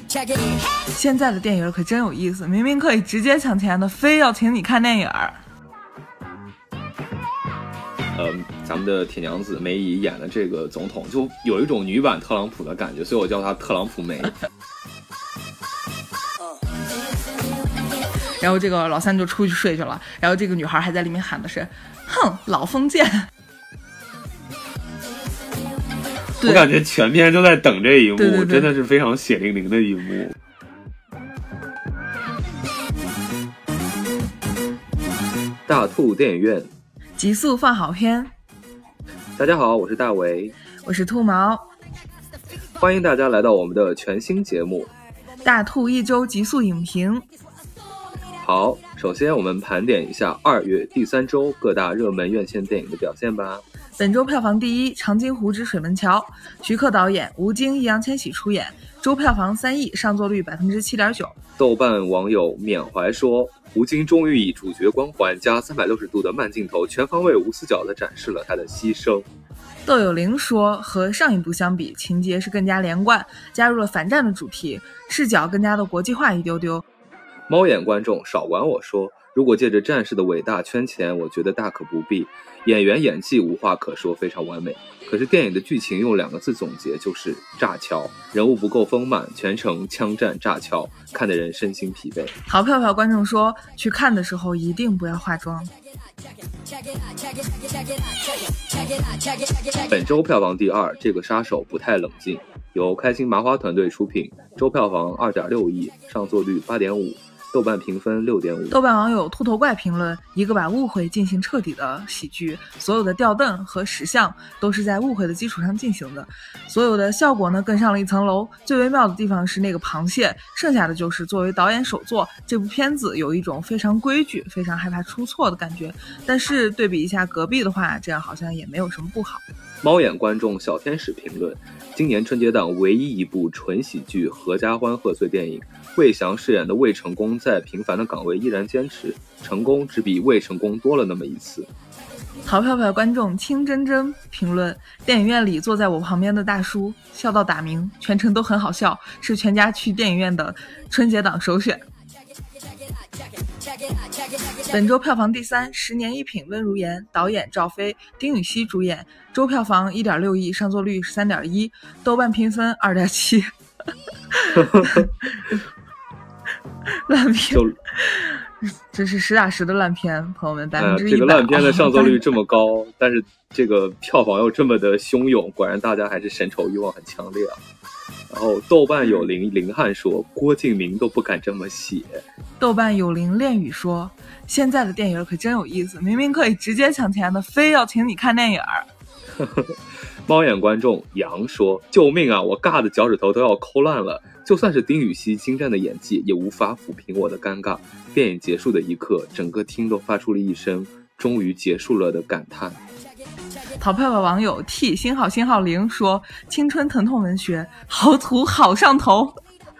现在的电影可真有意思，明明可以直接抢钱的，非要请你看电影。 咱们的铁娘子梅姨演的这个总统，就有一种女版特朗普的感觉，所以我叫她特朗普梅。 然后这个老三就出去睡去了，然后这个女孩还在里面喊的是哼，老封建。 我感觉全片都在等这一幕， 对对对， 真的是非常血淋淋的一幕。大兔电影院极速放好片。 大家好，我是大为， 我是兔毛， 欢迎大家来到我们的全新节目大兔一周极速影评。 好，首先我们盘点一下2月第3周各大热门院线电影的表现吧。 本周票房第一，长津湖之水门桥，徐克导演，吴京、易烊千玺出演，周票房3亿，上座率 7.9%。 豆瓣网友缅怀说，吴京终于以主角光环加360度的慢镜头，全方位无死角地展示了他的牺牲。 窦有灵说，和上一部相比，情节是更加连贯，加入了反战的主题，视角更加的国际化一丢丢。 猫眼观众少管我说，如果借着战士的伟大圈钱，我觉得大可不必。演员演技无话可说，非常完美。可是电影的剧情用2个字总结，就是炸敲，人物不够丰满，全程枪战炸敲，看得人身心疲惫。 好票票观众说，去看的时候一定不要化妆。 本周票房第2，这个杀手不太冷静，由开心麻花团队出品，周票房2.6亿，上座率8.5%。豆瓣评分6.5。 豆瓣网友秃头怪评论，一个把误会进行彻底的喜剧，所有的吊凳和石像都是在误会的基础上进行的，所有的效果呢更上了一层楼。最微妙的地方是那个螃蟹，剩下的就是作为导演首作，这部片子有一种非常规矩，非常害怕出错的感觉。但是对比一下隔壁的话，这样好像也没有什么不好。 猫眼观众小天使评论，今年春节档唯一一部纯喜剧合家欢贺岁电影，魏翔饰演的魏成功在平凡的岗位依然坚持，成功只比魏成功多了那么一次。 淘票票观众清真真评论，电影院里坐在我旁边的大叔笑到打鸣，全程都很好笑，是全家去电影院的春节档首选。本周票房第3，十年一品温如言，导演赵飞，丁禹兮主演，周票房1.6亿，上座率3.1%，豆瓣评分2.7。烂片，这是实打实的烂片，朋友们100%。 这个烂片的上座率这么高，但是这个票房又这么的汹涌，果然大家还是审丑欲望很强烈啊。然后豆瓣有林汉说，郭敬明都不敢这么写。 豆瓣有恋语说，现在的电影可真有意思，明明可以直接抢钱的，非要请你看电影。 猫眼观众杨说，救命啊，我尬的脚趾头都要抠烂了，就算是丁禹兮精湛的演技也无法抚平我的尴尬。电影结束的一刻，整个厅都发出了一声终于结束了的感叹。 淘票的网友 T 星号0说，青春疼痛文学，好土好上头。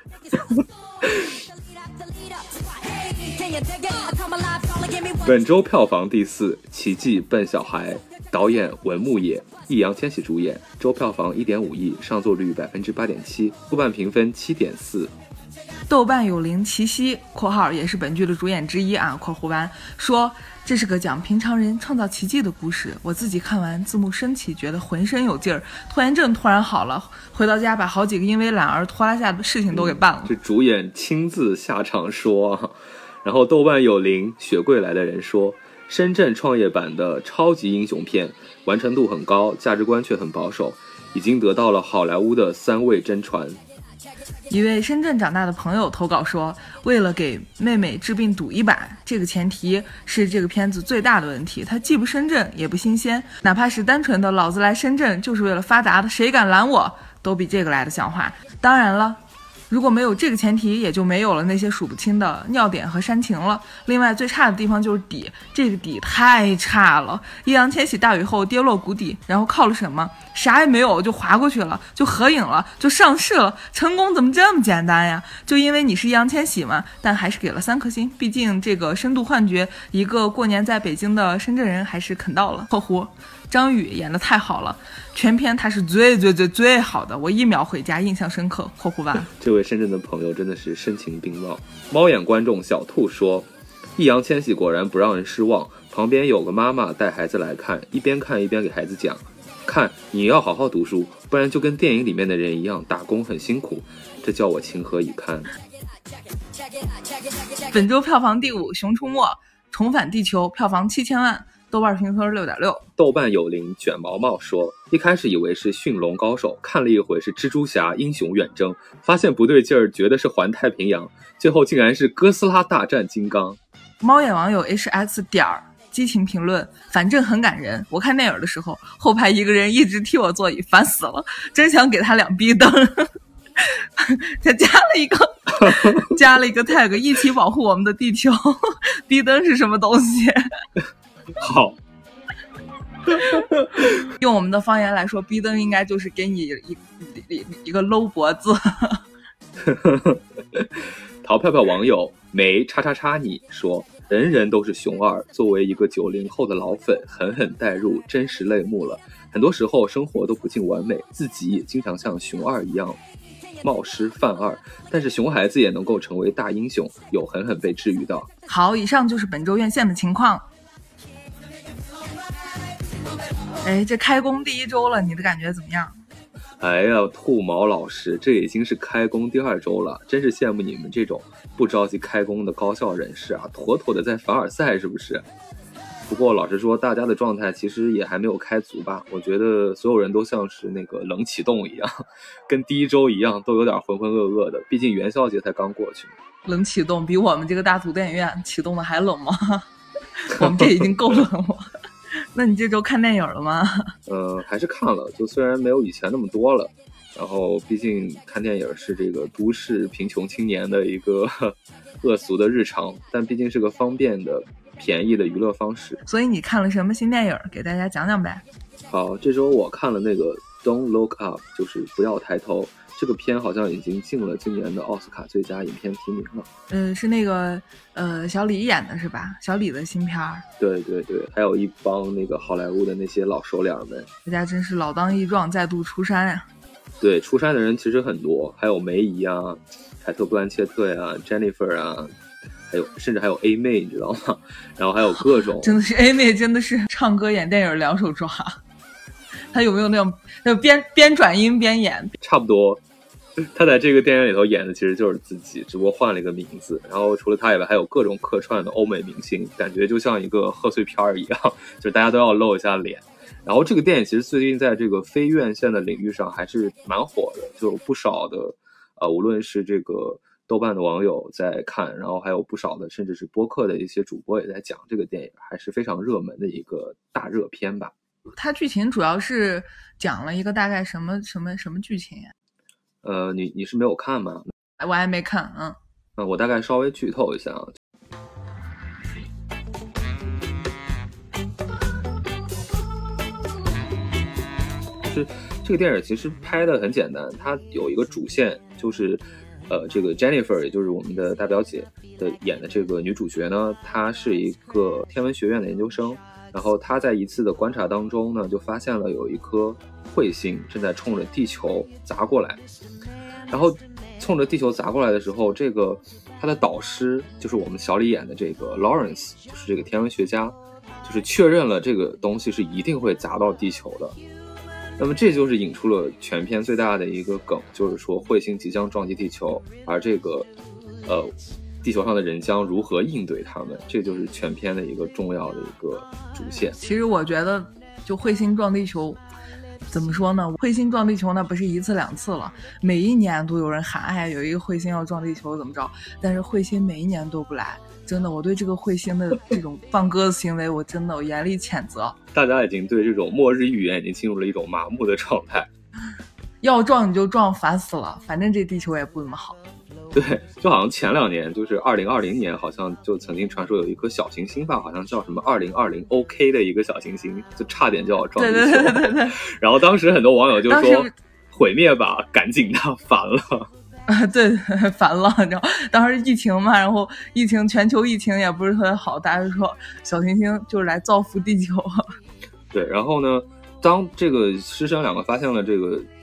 本周票房第4，奇迹笨小孩，导演文牧野，易烊千玺主演，周票房1.5亿，上座率 8.7%， 豆瓣评分7.4。 豆瓣有奇熙（括号也是本剧的主演之一啊）（括弧完）说，这是个讲平常人创造奇迹的故事。我自己看完字幕升起，觉得浑身有劲儿，拖延症突然好了。回到家把好几个因为懒而拖拉下的事情都给办了。 这主演亲自下场说啊。然后豆瓣有雪柜来的人说，深圳创业版的超级英雄片，完成度很高，价值观却很保守，已经得到了好莱坞的3位真传。 一位深圳长大的朋友投稿说，为了给妹妹治病赌一把，这个前提是这个片子最大的问题，它既不深圳也不新鲜，哪怕是单纯的老子来深圳就是为了发达的，谁敢拦我，都比这个来的像话。当然了，如果没有这个前提，也就没有了那些数不清的尿点和煽情了。另外最差的地方就是底，这个底太差了。易烊千玺大雨后跌落谷底，然后靠了什么？啥也没有，就滑过去了，就合影了，就上市了。成功怎么这么简单呀？就因为你是易烊千玺嘛，但还是给了3颗星。毕竟这个深度幻觉，一个过年在北京的深圳人还是啃到了。括弧张宇演得太好了，全片他是最好的，我1秒回家印象深刻。括弧完， 这位深圳的朋友真的是声情并茂。猫眼观众小兔说，易烊千玺果然不让人失望，旁边有个妈妈带孩子来看，一边看一边给孩子讲，看你要好好读书，不然就跟电影里面的人一样，打工很辛苦，这叫我情何以堪。 本周票房第5，《熊出没》重返地球，票房7000万，豆瓣评分6.6。 豆瓣有灵卷毛毛说，一开始以为是驯龙高手，看了一回是蜘蛛侠英雄远征，发现不对劲儿，觉得是环太平洋，最后竟然是哥斯拉大战金刚。 猫眼网友 HX 点激情评论，反正很感人。我看电影的时候，后排一个人一直踢我座椅，烦死了，真想给他2逼灯。他加了一个 tag， 一起保护我们的地球。逼灯是什么东西？ 好， 用我们的方言来说，逼灯应该就是给你一个搂脖子。 淘票票网友没叉叉叉你说，人人都是熊二，作为一个90后的老粉，狠狠带入，真实泪目了。很多时候生活都不尽完美，自己也经常像熊二一样冒失犯二，但是熊孩子也能够成为大英雄，有狠狠被治愈到。 好，以上就是本周院线的情况。这开工第1周了，你的感觉怎么样？ 哎呀，兔毛老师，这已经是开工第2周了，真是羡慕你们这种不着急开工的高校人士啊，妥妥的在凡尔赛，是不是？不过老实说，大家的状态其实也还没有开足吧，我觉得所有人都像是那个冷启动一样，跟第1周一样，都有点浑浑噩噩的，毕竟元宵节才刚过去。 冷启动比我们这个大土电影院启动的还冷吗？我们这已经够冷了。那你这周看电影了吗？ 还是看了，就虽然没有以前那么多了，然后毕竟看电影是这个都市贫穷青年的一个恶俗的日常，但毕竟是个方便的便宜的娱乐方式。 所以你看了什么新电影？给大家讲讲呗。 好，这周我看了那个 Don't Look Up， 就是不要抬头。这个片好像已经进了今年的奥斯卡最佳影片提名了。 是那个小李演的是吧？小李的新片儿。 对对对，还有一帮那个好莱坞的那些老熟脸们， 大家真是老当益壮，再度出山呀。 对，出山的人其实很多，还有梅姨啊、凯特·布兰切特呀、Jennifer 啊，甚至还有 A 妹，你知道吗？然后还有各种， 真的是 A 妹，真的是唱歌演电影两手抓。她有没有那种边转音边演？ 差不多。他在这个电影里头演的其实就是自己，只不过换了一个名字。然后除了他以外，还有各种客串的欧美明星，感觉就像一个贺岁片一样，就大家都要露一下脸。然后这个电影其实最近在这个非院线的领域上还是蛮火的，就有不少的无论是这个豆瓣的网友在看，然后还有不少的甚至是播客的一些主播也在讲这个电影，还是非常热门的一个大热片吧。 它剧情主要是讲了一个大概什么剧情呀？ 你是没有看吗？ 我还没看。 我大概稍微剧透一下啊。就是这个电影其实拍的很简单，它有一个主线，就是这个 Jennifer 也就是我们的大表姐的演的这个女主角呢，她是一个天文学院的研究生，然后她在一次的观察当中呢，就发现了有一颗彗星正在冲着地球砸过来，然后冲着地球砸过来的时候，这个他的导师就是我们小李演的这个 Lawrence， 就是这个天文学家，就是确认了这个东西是一定会砸到地球的。那么这就是引出了全片最大的一个梗，就是说彗星即将撞击地球，而这个地球上的人将如何应对他们，这就是全片的一个重要的一个主线。 其实我觉得就彗星撞地球怎么说呢？彗星撞地球呢，不是1次2次了，每一年都有人喊，哎，有一个彗星要撞地球怎么着？但是彗星每一年都不来，真的，我对这个彗星的这种放鸽子行为，我严厉谴责。 大家已经对这种末日预言已经进入了一种麻木的状态， 要撞你就撞，烦死了，反正这地球也不怎么好。 对，就好像前2年，就是2020年，好像就曾经传说有一颗小行星吧，好像叫什么2020 OK 的一个小行星，就差点就要撞地球。 对。 然后当时很多网友就说：“毁灭吧，赶紧的，烦了。” 对，烦了。你知道，当时疫情嘛，然后全球疫情也不是特别好，大家就说小行星就是来造福地球。 对，然后呢，当这个师生2个发现了这个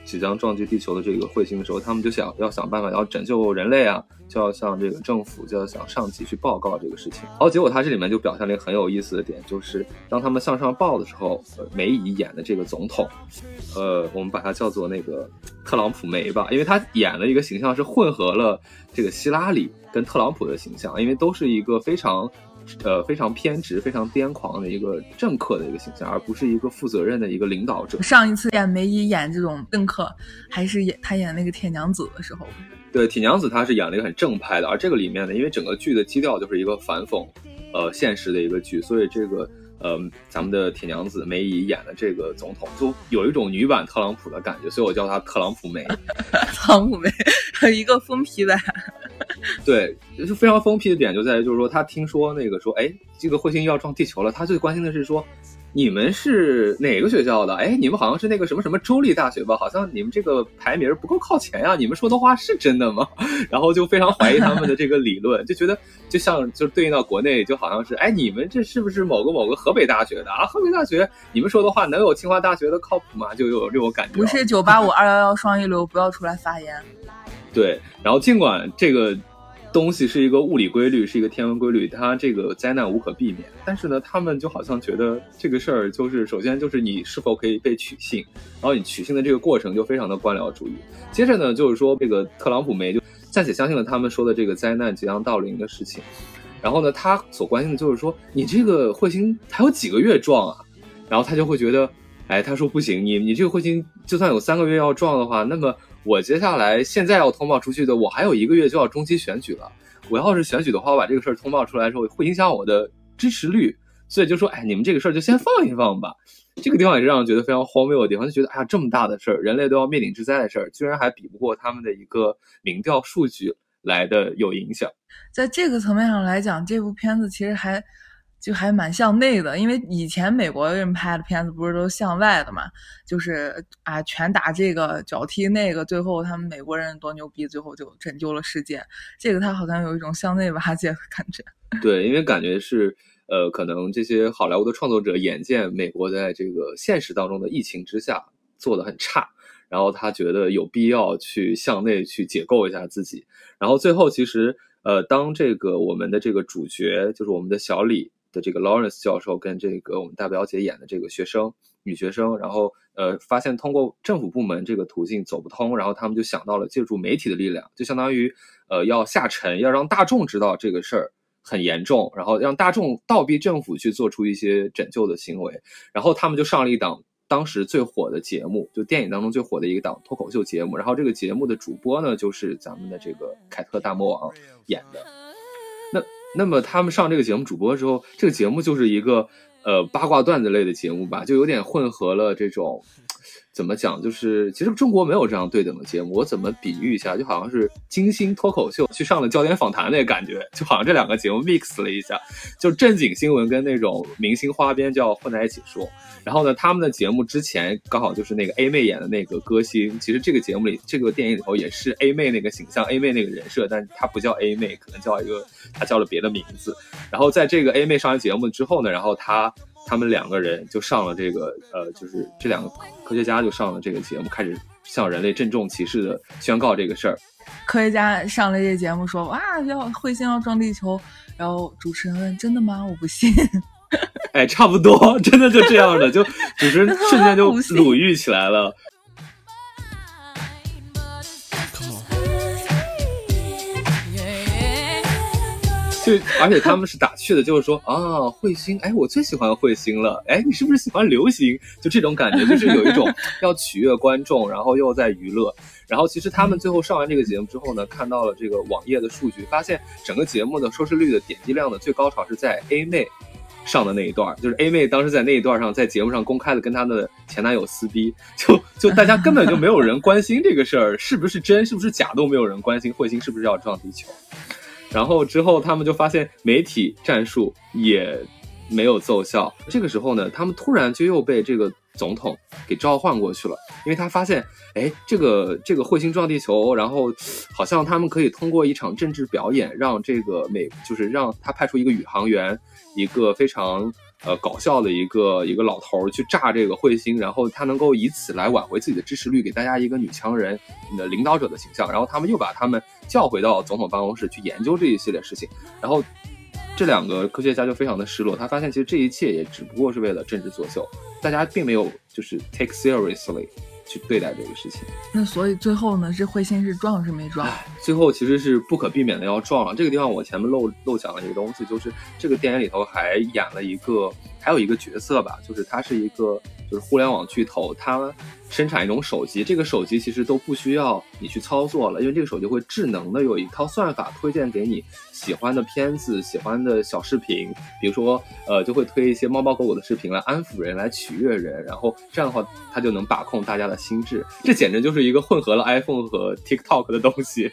即将撞击地球的这个彗星的时候，他们就要想办法要拯救人类啊，就要向这个政府就要想上级去报告这个事情。然后结果他这里面就表现了一个很有意思的点，就是当他们向上报的时候，梅姨演的这个总统，我们把它叫做那个特朗普梅吧，因为他演的一个形象是混合了这个希拉里跟特朗普的形象，因为都是一个非常偏执、非常癫狂的一个政客的一个形象，而不是一个负责任的一个领导者。 上一次演梅姨演这种政客，还是他演那个铁娘子的时候。 对，铁娘子她是演了一个很正派的，而这个里面呢，因为整个剧的基调就是一个反讽现实的一个剧，所以这个咱们的铁娘子梅姨演的这个总统就有一种女版特朗普的感觉，所以我叫她特朗普梅。 特朗普梅一个疯批版。 对，就非常疯批的点就在于，就是说他听说那个说，哎，这个彗星要撞地球了，他最关心的是说，你们是哪个学校的？哎，你们好像是那个什么什么州立大学吧？好像你们这个排名不够靠前呀，你们说的话是真的吗？然后就非常怀疑他们的这个理论，就觉得就对应到国内，就好像是，哎，你们这是不是某个河北大学的啊？河北大学你们说的话能有清华大学的靠谱吗？就有这种感觉。 不是985、211双一流，不要出来发言。 对，然后尽管这个东西是一个物理规律，是一个天文规律，它这个灾难无可避免，但是呢，他们就好像觉得这个事儿就是首先就是你是否可以被取信，然后你取信的这个过程就非常的官僚主义。接着呢，就是说这个特朗普梅就暂且相信了他们说的这个灾难即将到临的事情，然后呢，他所关心的就是说你这个彗星还有几个月撞啊，然后他就会觉得，哎，他说不行，你这个彗星就算有3个月要撞的话，那么我接下来现在要通报出去的，我还有1个月就要中期选举了。我要是选举的话，我把这个事儿通报出来的时候，会影响我的支持率，所以就说，哎，你们这个事儿就先放一放吧。这个地方也是让人觉得非常荒谬的地方，就觉得，哎呀，这么大的事儿，人类都要面临之灾的事儿，居然还比不过他们的一个民调数据来的有影响。 在这个层面上来讲，这部片子其实还蛮向内的，因为以前美国人拍的片子不是都向外的嘛，就是啊全打这个脚踢那个，最后他们美国人多牛逼，最后就拯救了世界。这个他好像有一种向内瓦解的感觉。 对，因为感觉是可能这些好莱坞的创作者眼见美国在这个现实当中的疫情之下做得很差，然后他觉得有必要去向内去解构一下自己，然后最后其实当这个我们的这个主角就是我们的小李的这个 Lawrence 教授跟这个我们大表姐演的这个女学生，然后发现通过政府部门这个途径走不通，然后他们就想到了借助媒体的力量，就相当于要下沉，要让大众知道这个事儿很严重，然后让大众倒逼政府去做出一些拯救的行为，然后他们就上了一档当时最火的节目，就电影当中最火的一个档脱口秀节目，然后这个节目的主播呢就是咱们的这个凯特大魔王演的。那么他们上这个节目主播的时候，这个节目就是一个八卦段子类的节目吧，就有点混合了这种怎么讲，就是其实中国没有这样对等的节目，我怎么比喻一下，就好像是金星脱口秀去上了焦点访谈那个感觉，就好像这2个节目 mix 了一下，就正经新闻跟那种明星花边就要混在一起说。然后呢，他们的节目之前刚好就是那个 A 妹演的那个歌星，其实这个节目里这个电影里头也是 A 妹那个形象 A 妹那个人设，但她不叫 A 妹，可能她叫了别的名字。然后在这个 A 妹上完节目之后呢，然后他们2个人就上了这个就是这2个科学家就上了这个节目，开始向人类郑重其事的宣告这个事儿。 科学家上了这个节目说，哇，彗星要撞地球，然后主持人问，真的吗？我不信。 哎，差不多，真的就这样的，就主持人瞬间就鲁豫起来了。就而且他们是打趣的，就是说啊，彗星，哎，我最喜欢彗星了，哎，你是不是喜欢流星？就这种感觉，就是有一种要取悦观众，然后又在娱乐。然后其实他们最后上完这个节目之后呢，看到了这个网页的数据，发现整个节目的收视率的点击量的最高潮是在 A 妹上的那一段，就是 A 妹当时在那一段上在节目上公开的跟她的前男友撕逼，就大家根本就没有人关心这个事儿是不是真是不是假，都没有人关心彗星是不是要撞地球。然后之后他们就发现媒体战术也没有奏效，这个时候呢，他们突然就又被这个总统给召唤过去了，因为他发现，哎，这个彗星撞地球，然后好像他们可以通过一场政治表演，让这个就是让他派出一个宇航员，一个非常搞笑的一个老头去炸这个彗星，然后他能够以此来挽回自己的支持率，给大家一个女强人的领导者的形象，然后他们又把他们叫回到总统办公室去研究这一系列事情，然后这两个科学家就非常的失落，他发现其实这一切也只不过是为了政治作秀，大家并没有就是 take seriously 去对待这个事情。 那所以最后呢，这彗星是撞是没撞？ 最后其实是不可避免的要撞了。这个地方我前面漏讲了一个东西，就是这个电影里头还有一个角色吧，就是他是一个就是互联网巨头，他生产一种手机，这个手机其实都不需要你去操作了，因为这个手机会智能的有一套算法推荐给你喜欢的片子、喜欢的小视频，比如说就会推一些猫猫狗狗的视频来安抚人、来取悦人，然后这样的话他就能把控大家的心智。这简直就是一个混合了 iPhone 和 TikTok 的东西。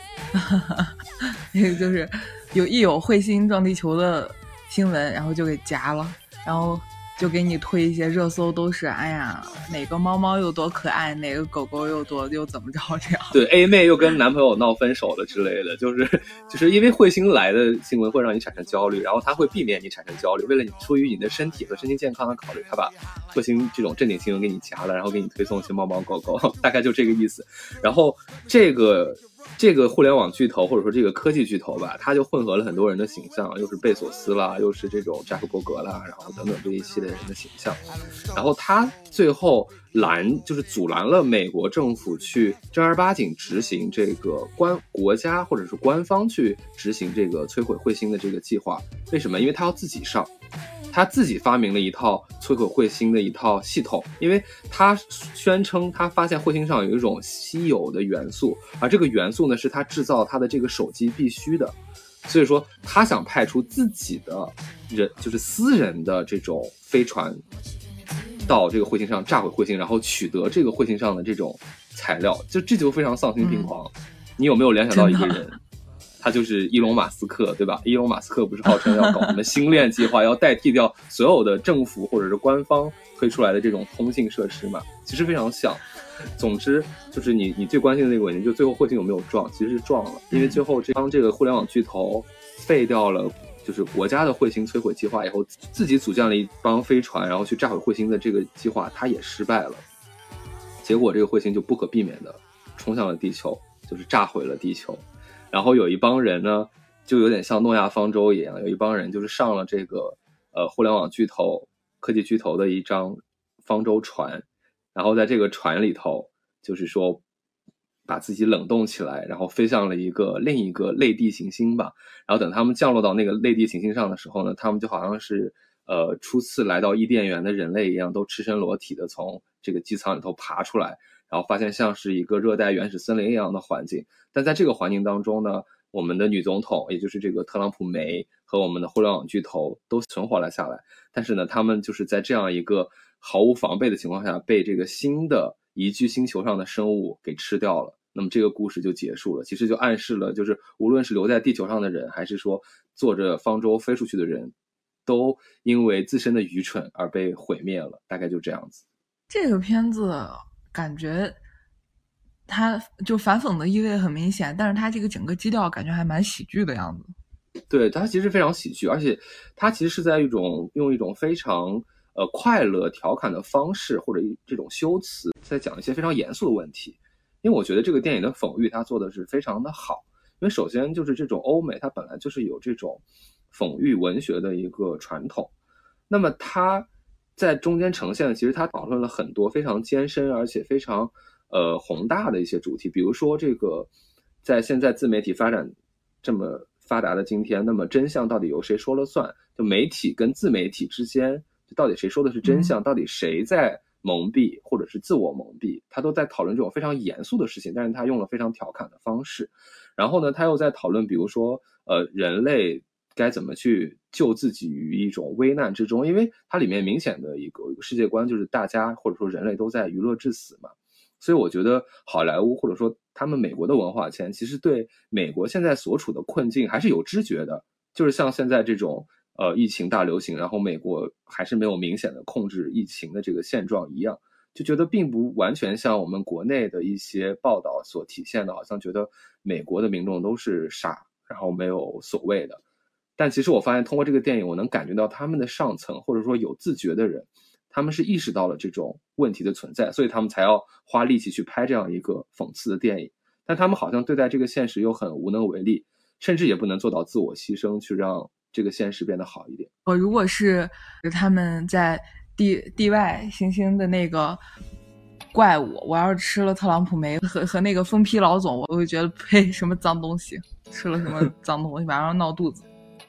那个就是有彗星撞地球的新闻，然后就给夹了，然后就给你推一些热搜，都是哎呀哪个猫猫有多可爱，哪个狗狗又怎么着这样。 对 ，A 妹又跟男朋友闹分手了之类的，就是因为彗星来的新闻会让你产生焦虑，然后他会避免你产生焦虑，为了你出于你的身体和身心健康的考虑，他把彗星这种正经新闻给你夹了，然后给你推送一些猫猫狗狗，大概就这个意思。然后这个互联网巨头或者说这个科技巨头吧，它就混合了很多人的形象，又是贝索斯啦，又是这种扎克伯格啦，然后等等这一系列人的形象。然后他最后就是阻拦了美国政府去正儿八经执行这个国家或者是官方去执行这个摧毁彗星的这个计划。为什么？因为他要自己上。他自己发明了一套摧毁彗星的一套系统，因为他宣称他发现彗星上有一种稀有的元素，而这个元素呢是他制造他的这个手机必须的，所以说他想派出自己的就是私人的这种飞船到这个彗星上炸毁彗星，然后取得这个彗星上的这种材料，这就非常丧心病狂。你有没有联想到一个人？他就是伊隆马斯克，对吧？伊隆马斯克不是号称要搞什么星链计划，要代替掉所有的政府或者是官方推出来的这种通信设施嘛？其实非常像。总之，就是你最关心的那个问题，就最后彗星有没有撞？其实是撞了，因为最后这个互联网巨头废掉了就是国家的彗星摧毁计划以后，自己组建了一帮飞船，然后去炸毁彗星的这个计划，它也失败了。结果这个彗星就不可避免的冲向了地球，就是炸毁了地球。然后有一帮人呢，就有点像诺亚方舟一样，有一帮人就是上了这个互联网巨头、科技巨头的一张方舟船，然后在这个船里头，就是说把自己冷冻起来，然后飞向了另一个类地行星吧。然后等他们降落到那个类地行星上的时候呢，他们就好像是初次来到伊甸园的人类一样，都赤身裸体的从这个机舱里头爬出来，然后发现像是一个热带原始森林一样的环境。但在这个环境当中呢，我们的女总统，也就是这个特朗普梅和我们的互联网巨头都存活了下来。但是呢，他们就是在这样一个毫无防备的情况下，被这个新的宜居星球上的生物给吃掉了。那么这个故事就结束了，其实就暗示了，就是无论是留在地球上的人，还是说坐着方舟飞出去的人，都因为自身的愚蠢而被毁灭了，大概就这样子。 这个片子感觉它就反讽的意味很明显，但是它这个整个基调感觉还蛮喜剧的样子。 对，它其实非常喜剧，而且它其实是在用一种非常快乐调侃的方式，或者这种修辞，在讲一些非常严肃的问题。因为我觉得这个电影的讽喻它做的是非常的好，因为首先就是这种欧美它本来就是有这种讽喻文学的一个传统，那么它在中间呈现的，其实它讨论了很多非常艰深而且非常宏大的一些主题。比如说这个在现在自媒体发展这么发达的今天，那么真相到底由谁说了算？就媒体跟自媒体之间，到底谁说的是真相？到底谁在蒙蔽或者是自我蒙蔽？他都在讨论这种非常严肃的事情，但是他用了非常调侃的方式。然后呢，他又在讨论比如说人类该怎么去救自己于一种危难之中，因为它里面明显的一个世界观就是大家或者说人类都在娱乐至死嘛。所以我觉得好莱坞或者说他们美国的文化圈其实对美国现在所处的困境还是有知觉的，就是像现在这种疫情大流行，然后美国还是没有明显的控制疫情的这个现状一样，就觉得并不完全像我们国内的一些报道所体现的，好像觉得美国的民众都是傻，然后没有所谓的。 但其实我发现通过这个电影，我能感觉到他们的上层或者说有自觉的人，他们是意识到了这种问题的存在，所以他们才要花力气去拍这样一个讽刺的电影。但他们好像对待这个现实又很无能为力，甚至也不能做到自我牺牲，去让这个现实变得好一点。 我如果是他们在地外行星的那个怪物，我要是吃了特朗普梅和那个疯批老总，我会觉得呸，什么脏东西，吃了什么脏东西，晚上闹肚子。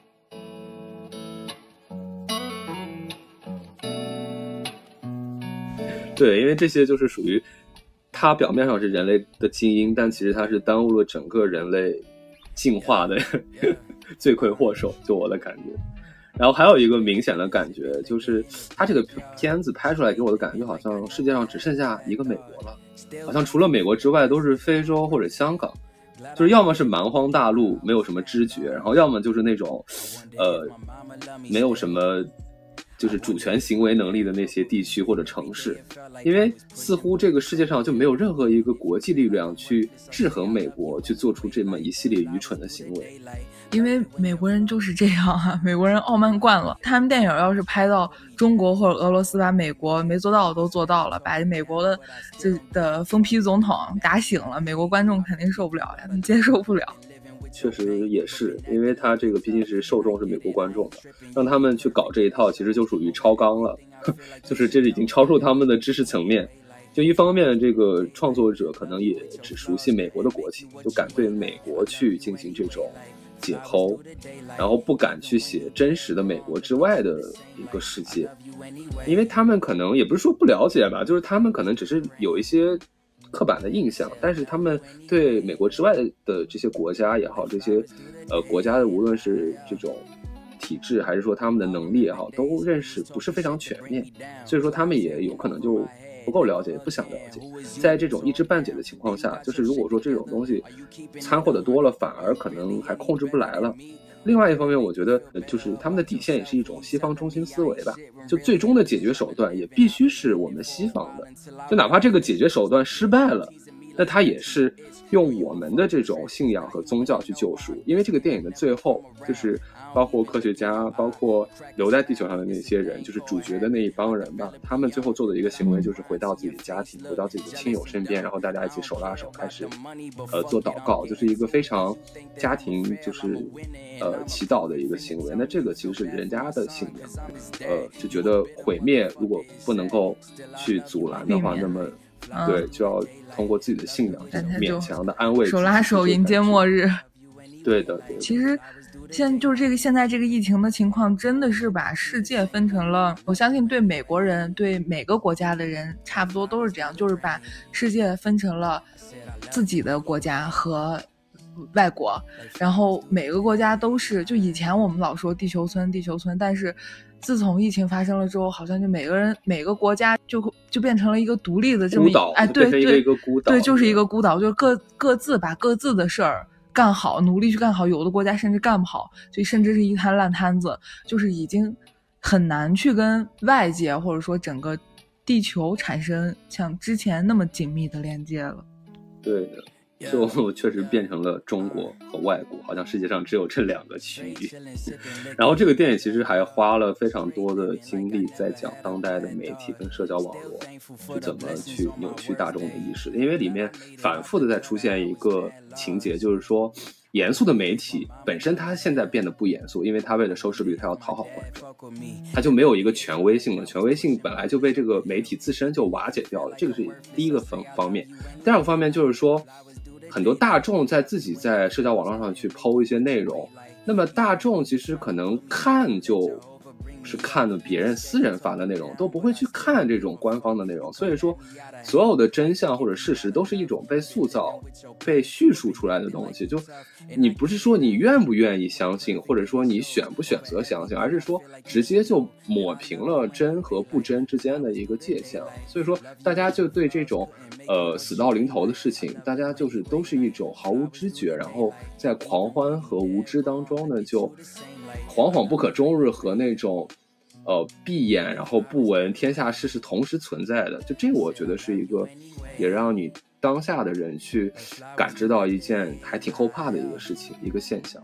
对，因为这些就是属于它表面上是人类的基因，但其实它是耽误了整个人类进化的罪魁祸首，就我的感觉。然后还有一个明显的感觉，就是它这个片子拍出来给我的感觉，好像世界上只剩下一个美国了，好像除了美国之外都是非洲或者香港，就是要么是蛮荒大陆没有什么知觉，然后要么就是那种没有什么就是主权行为能力的那些地区或者城市。因为似乎这个世界上就没有任何一个国际力量去制衡美国，去做出这么一系列愚蠢的行为。 因为美国人就是这样啊，美国人傲慢惯了，他们电影要是拍到中国或者俄罗斯，把美国没做到的都做到了，把美国的疯批总统打醒了，美国观众肯定受不了呀，接受不了。 确实也是，因为他这个毕竟是受众是美国观众的，让他们去搞这一套其实就属于超纲了，就是这已经超出他们的知识层面。就一方面这个创作者可能也只熟悉美国的国情，就敢对美国去进行这种解剖，然后不敢去写真实的美国之外的一个世界，因为他们可能也不是说不了解吧，就是他们可能只是有一些刻板的印象，但是他们对美国之外的这些国家也好，这些国家的无论是这种体制还是说他们的能力也好，都认识不是非常全面，所以说他们也有可能就不够了解，不想了解。在这种一知半解的情况下，就是如果说这种东西掺和的多了，反而可能还控制不来了。另外一方面，我觉得就是他们的底线也是一种西方中心思维吧，就最终的解决手段也必须是我们西方的，就哪怕这个解决手段失败了，那他也是用我们的这种信仰和宗教去救赎。因为这个电影的最后，就是包括科学家，包括留在地球上的那些人，就是主角的那一帮人吧，他们最后做的一个行为就是回到自己的家庭，回到自己的亲友身边，然后大家一起手拉手开始做祷告，就是一个非常家庭就是祈祷的一个行为。那这个其实是人家的信仰，就觉得毁灭如果不能够去阻拦的话，那么对就要通过自己的信仰这种勉强的安慰， 手拉手迎接末日。 对的， 其实现在这个疫情的情况，真的是把世界分成了，我相信对美国人，对每个国家的人差不多都是这样，就是把世界分成了自己的国家和外国，然后每个国家都是，就以前我们老说地球村，但是自从疫情发生了之后，好像就每个国家就变成了一个独立的这么对，就是一个孤岛，就是各自把各自的事儿干好，努力去干好，有的国家甚至干不好，就甚至是一滩烂摊子，就是已经很难去跟外界或者说整个地球产生像之前那么紧密的连接了。 对的，就确实变成了中国和外国，好像世界上只有这两个区域。然后这个电影其实还花了非常多的精力在讲当代的媒体跟社交网络是怎么去扭曲大众的意识，因为里面反复的在出现一个情节，就是说严肃的媒体本身它现在变得不严肃，因为它为了收视率它要讨好观众，它就没有一个权威性了，权威性本来就被这个媒体自身就瓦解掉了，这个是第一个方面。第二个方面就是说很多大众在自己在社交网络上去抛一些内容，那么大众其实可能看就是看的别人私人发的内容，都不会去看这种官方的内容，所以说所有的真相或者事实都是一种被塑造被叙述出来的东西，就你不是说你愿不愿意相信，或者说你选不选择相信，而是说直接就抹平了真和不真之间的一个界限。所以说大家就对这种死到临头的事情，大家就是都是一种毫无知觉，然后在狂欢和无知当中呢，就惶惶不可终日和那种闭眼然后不闻天下事是同时存在的。就这个我觉得是一个也让你当下的人去感知到一件还挺后怕的一个事情，一个现象。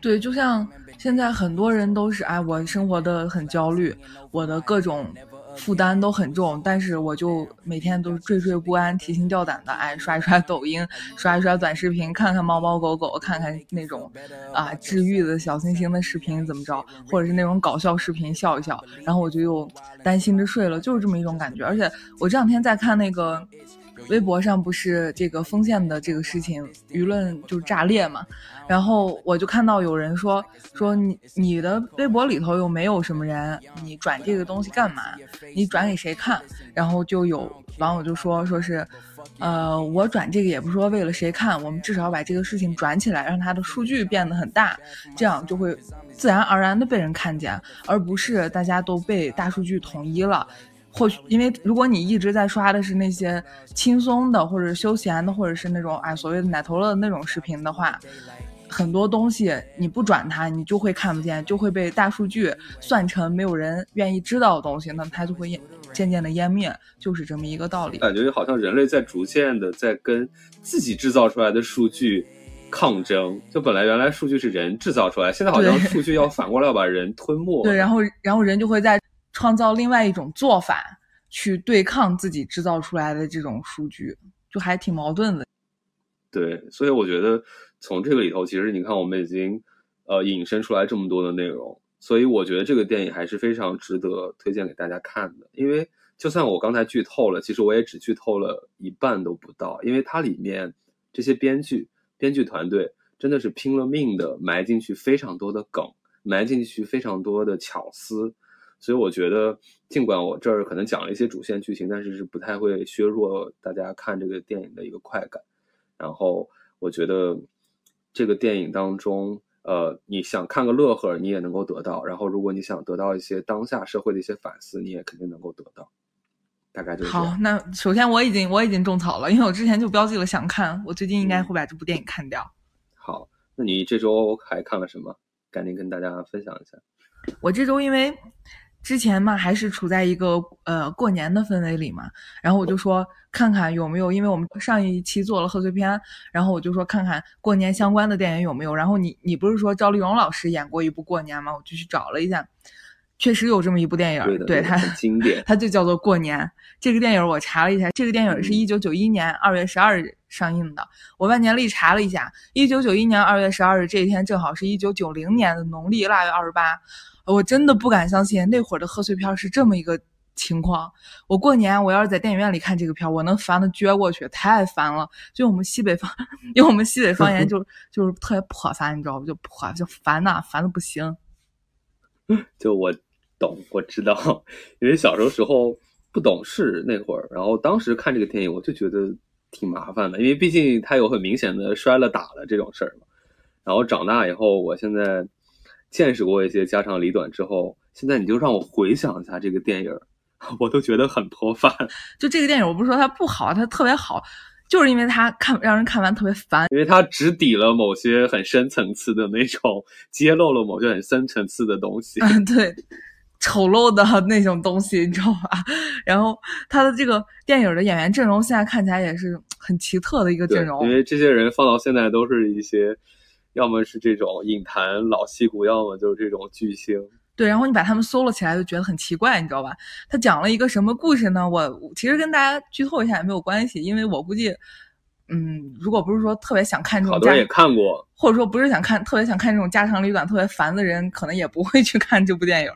对，就像现在很多人都是我生活的很焦虑，我的各种负担都很重，但是我就每天都是惴惴不安、提心吊胆的，刷一刷抖音，刷一刷短视频，看看猫猫狗狗，看看那种治愈的小清新的视频怎么着，或者是那种搞笑视频笑一笑，然后我就又担心着睡了，就是这么一种感觉。而且我这两天在看那个微博上，不是这个丰县的这个事情舆论就炸裂嘛，然后我就看到有人说你的微博里头又没有什么人，你转这个东西干嘛，你转给谁看？然后就有网友就说是我转这个也不是说为了谁看，我们至少把这个事情转起来，让它的数据变得很大，这样就会自然而然的被人看见，而不是大家都被大数据统一了。或许因为如果你一直在刷的是那些轻松的或者休闲的或者是那种所谓的奶头乐的那种视频的话，很多东西你不转它你就会看不见，就会被大数据算成没有人愿意知道的东西，那么它就会渐渐的湮灭，就是这么一个道理。 感觉好像人类在逐渐的在跟自己制造出来的数据抗争，就本来原来数据是人制造出来，现在好像数据要反过来要把人吞没。 对，然后人就会在创造另外一种做法去对抗自己制造出来的这种数据，就还挺矛盾的。 对，所以我觉得从这个里头，其实你看我们已经引申出来这么多的内容，所以我觉得这个电影还是非常值得推荐给大家看的。因为就算我刚才剧透了，其实我也只剧透了一半都不到，因为它里面这些编剧团队真的是拼了命的埋进去非常多的梗，埋进去非常多的巧思，所以我觉得尽管我这儿可能讲了一些主线剧情，但是不太会削弱大家看这个电影的一个快感。然后我觉得这个电影当中你想看个乐呵你也能够得到，然后如果你想得到一些当下社会的一些反思，你也肯定能够得到。大概就是这样。 好，那首先我已经种草了，因为我之前就标记了想看，我最近应该会把这部电影看掉。 好，那你这周还看了什么？赶紧跟大家分享一下。 我这周因为之前嘛还是处在一个过年的氛围里嘛，然后我就说看看有没有，因为我们上一期做了贺岁片，然后我就说看看过年相关的电影有没有，然后你不是说赵丽蓉老师演过一部过年吗？我就去找了一下，确实有这么一部电影，对它很经典， 它就叫做过年。这个电影我查了一下，这个电影是1991年2月12日上映的。我万年历查了一下，1991年2月12日这一天正好是1990年的农历腊月28。我真的不敢相信那会儿的贺岁片是这么一个情况。我过年我要是在电影院里看这个片，我能烦的撅过去，太烦了。就我们西北方言就是特别破烦，你知道不？就烦呐，烦的不行。 就我懂，我知道，因为小时候不懂事那会儿，然后当时看这个电影我就觉得挺麻烦的，因为毕竟它有很明显的摔了打了这种事儿嘛。然后长大以后，我现在见识过一些家长里短之后，现在你就让我回想一下这个电影，我都觉得很脱饭。 就这个电影，我不是说它不好，它特别好，就是因为它让人看完特别烦， 因为它直抵了某些很深层次的那种，揭露了某些很深层次的东西。 对，丑陋的那种东西，你知道吧？然后他的这个电影的演员阵容现在看起来也是很奇特的一个阵容， 因为这些人放到现在都是一些，要么是这种影坛老戏骨，要么就是这种巨星。 对，然后你把他们搜了起来，就觉得很奇怪，你知道吧？他讲了一个什么故事呢？我其实跟大家剧透一下也没有关系，因为我估计，如果不是说特别想看这种， 好多人也看过， 或者说不是特别想看这种家长里短特别烦的人，可能也不会去看这部电影。